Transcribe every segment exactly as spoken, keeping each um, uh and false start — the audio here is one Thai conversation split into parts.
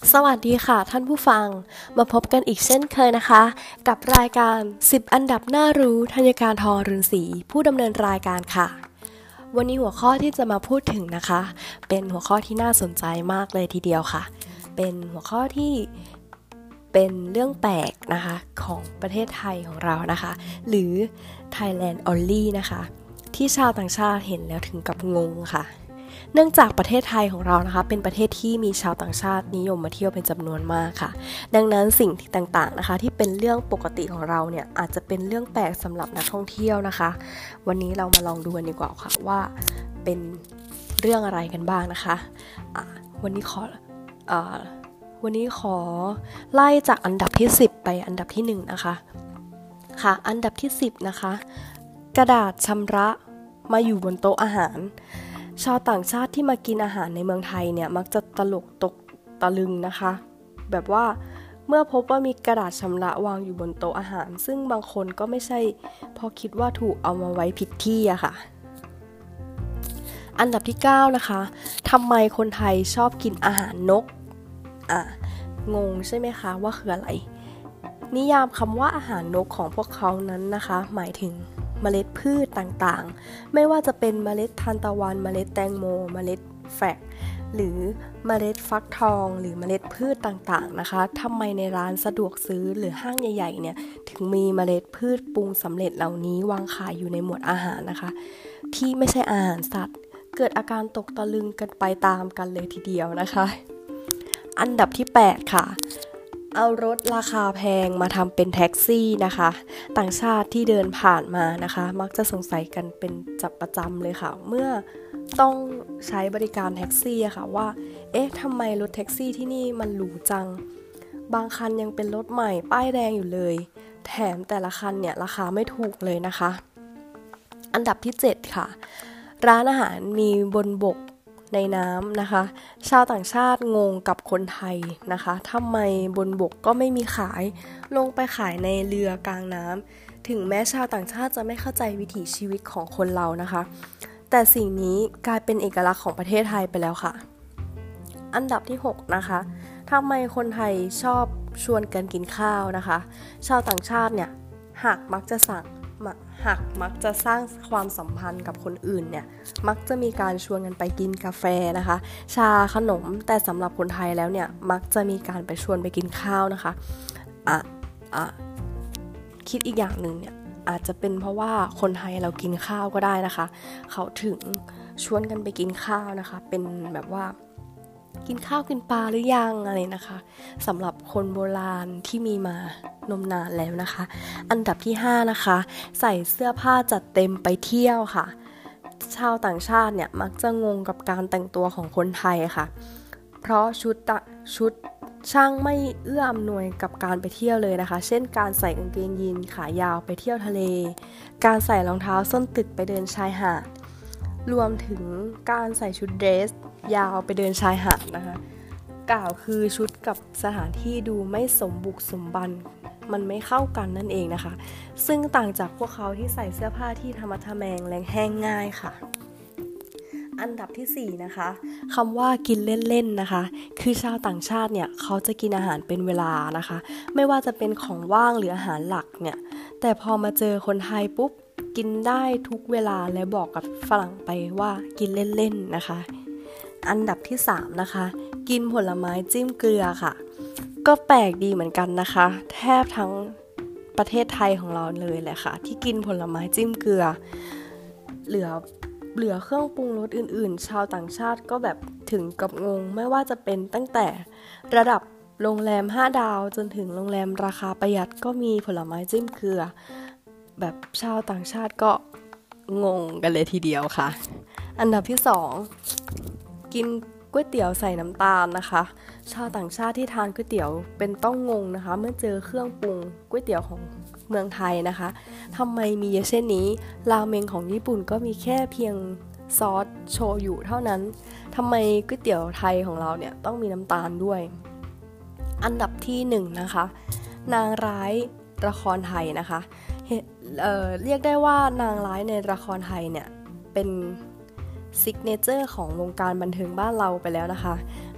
สวัสดีค่ะท่านผู้ฟังมาพบกันอีกเช่นเคยนะคะกับรายการสิบอันดับน่ารู้ธัญการทองรุนศรีผู้ดำเนินรายการค่ะวันนี้หัวข้อที่จะมาพูดถึงนะคะเป็นหัวข้อที่น่าสนใจมากเลยทีเดียวค่ะเป็นหัวข้อที่เป็นเรื่องแปลกนะคะของประเทศไทยของเรานะคะหรือ Thailand Only นะคะที่ชาวต่างชาติเห็นแล้วถึงกับงงค่ะเนื่องจากประเทศไทยของเรานะคะเป็นประเทศที่มีชาวต่างชาตินิยมมาเที่ยวเป็นจำนวนมากค่ะดังนั้นสิ่งต่างๆนะคะที่เป็นเรื่องปกติของเราเนี่ยอาจจะเป็นเรื่องแปลกสำหรับนักท่องเที่ยวนะคะวันนี้เรามาลองดูกันดีกว่าค่ะว่าเป็นเรื่องอะไรกันบ้างนะคะะวันนี้ขออวันนี้ขอไล่จากอันดับที่สิบไปอันดับที่หนึ่งนะคะค่ะอันดับที่สิบนะคะกระดาษชำระมาอยู่บนโต๊ะอาหารชาวต่างชาติที่มากินอาหารในเมืองไทยเนี่ยมักจะตลกตกตะลึงนะคะแบบว่าเมื่อพบว่ามีกระดาษชำระวางอยู่บนโต๊ะอาหารซึ่งบางคนก็ไม่ใช่เพราะคิดว่าถูกเอามาไว้ผิดที่อะค่ะอันดับที่เก้านะคะทำไมคนไทยชอบกินอาหารนกอ่ะงงใช่ไหมคะว่าคืออะไรนิยามคำว่าอาหารนกของพวกเขานั้นนะคะหมายถึงเมล็ดพืชต่างๆไม่ว่าจะเป็นเมล็ดทานตะวันเมล็ดแตงโมเมล็ดแฟกหรือเมล็ดฟักทองหรือเมล็ดพืชต่างๆนะคะทำไมในร้านสะดวกซื้อหรือห้างใหญ่ๆเนี่ยถึงมีเมล็ดพืชปรุงสำเร็จเหล่านี้วางขายอยู่ในหมวดอาหารนะคะที่ไม่ใช่อาหารสัตว์เกิดอาการตกตะลึงกันไปตามกันเลยทีเดียวนะคะอันดับที่แปดค่ะเอารถราคาแพงมาทำเป็นแท็กซี่นะคะต่างชาติที่เดินผ่านมานะคะมักจะสงสัยกันเป็นจับประจำเลยค่ะเมื่อต้องใช้บริการแท็กซี่อะค่ะว่าเอ๊ะทำไมรถแท็กซี่ที่นี่มันหรูจังบางคันยังเป็นรถใหม่ป้ายแดงอยู่เลยแถมแต่ละคันเนี่ยราคาไม่ถูกเลยนะคะอันดับที่เจ็ดค่ะร้านอาหารมีบนบกในน้ำนะคะชาวต่างชาติงงกับคนไทยนะคะทำไมบนบกก็ไม่มีขายลงไปขายในเรือกลางน้ำถึงแม้ชาวต่างชาติจะไม่เข้าใจวิถีชีวิตของคนเรานะคะแต่สิ่งนี้กลายเป็นเอกลักษณ์ของประเทศไทยไปแล้วค่ะอันดับที่หกนะคะทำไมคนไทยชอบชวนกันกินข้าวนะคะชาวต่างชาติเนี่ยหากมักจะสั่งหากมักจะสร้างความสัมพันธ์กับคนอื่นเนี่ยมักจะมีการชวนกันไปกินกาแฟนะคะชาขนมแต่สำหรับคนไทยแล้วเนี่ยมักจะมีการไปชวนไปกินข้าวนะคะอ่ะอ่ะคิดอีกอย่างหนึ่งเนี่ยอาจจะเป็นเพราะว่าคนไทยเรากินข้าวก็ได้นะคะเขาถึงชวนกันไปกินข้าวนะคะเป็นแบบว่ากินข้าวกินปลาหรือยังอะไรนะคะสำหรับคนโบราณที่มีมานมนานแล้วนะคะอันดับที่ห้านะคะใส่เสื้อผ้าจัดเต็มไปเที่ยวค่ะชาวต่างชาติเนี่ยมักจะงงกับการแต่งตัวของคนไทยค่ะเพราะชุดชุดช่างไม่เอื้ออำนวยกับการไปเที่ยวเลยนะคะเช่นการใส่กางเกงยีนขายาวไปเที่ยวทะเลการใส่รองเท้าส้นตึกไปเดินชายหาดรวมถึงการใส่ชุดเดรสยาวไปเดินชายหาดนะคะกล่าวคือชุดกับสถานที่ดูไม่สมบุกสมบันมันไม่เข้ากันนั่นเองนะคะซึ่งต่างจากพวกเขาที่ใส่เสื้อผ้าที่ธรรมะทะแมงแรงแห้งง่ายค่ะอันดับที่สี่นะคะคำว่ากินเล่นๆนะคะคือชาวต่างชาติเนี่ยเขาจะกินอาหารเป็นเวลานะคะไม่ว่าจะเป็นของว่างหรืออาหารหลักเนี่ยแต่พอมาเจอคนไทยปุ๊บกินได้ทุกเวลาและบอกกับฝรั่งไปว่ากินเล่นๆนะคะอันดับที่สามนะคะกินผลไม้จิ้มเกลือค่ะก็แปลกดีเหมือนกันนะคะแทบทั้งประเทศไทยของเราเลยแหละค่ะที่กินผลไม้จิ้มเกลือเหลือเหลือเครื่องปรุงรสอื่นๆชาวต่างชาติก็แบบถึงกับงงไม่ว่าจะเป็นตั้งแต่ระดับโรงแรมห้าดาวจนถึงโรงแรมราคาประหยัดก็มีผลไม้จิ้มเกลือแบบชาวต่างชาติก็งงกันเลยทีเดียวค่ะอันดับที่สองกินก๋วยเตี๋ยวใส่น้ำตาลนะคะชาวต่างชาติที่ทานก๋วยเตี๋ยวเป็นต้องงงนะคะเมื่อเจอเครื่องปรุงก๋วยเตี๋ยวของเมืองไทยนะคะทำไมมีเยอะเช่นนี้ราเมงของญี่ปุ่นก็มีแค่เพียงซอสโชยุเท่านั้นทำไมก๋วยเตี๋ยวไทยของเราเนี่ยต้องมีน้ำตาลด้วยอันดับที่หนึ่งนะคะนางร้ายละครไทยนะคะเอ่อเรียกได้ว่านางร้ายในละครไทยเนี่ยเป็นซิกเนเจอร์ของวงการบันเทิงบ้านเราไปแล้วนะคะ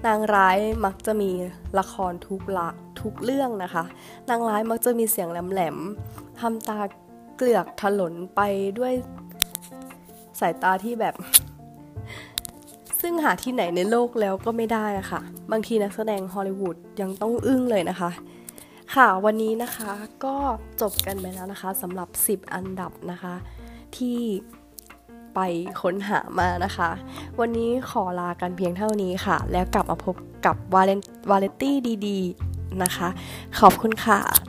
นางร้ายมักจะมีละครทุกละทุกเรื่องนะคะนางร้ายมักจะมีเสียงแหลมๆทำตาเกลือกถลนไปด้วยสายตาที่แบบซึ่งหาที่ไหนในโลกแล้วก็ไม่ได้อะค่ะบางทีนักแสดงฮอลลีวูดยังต้องอึ้งเลยนะคะค่ะวันนี้นะคะก็จบกันไปแล้วนะคะสำหรับสิบอันดับนะคะที่ไปค้นหามานะคะวันนี้ขอลากันเพียงเท่านี้ค่ะแล้วกลับมาพบกับวาเลนวาเลนตี้ดีๆนะคะขอบคุณค่ะ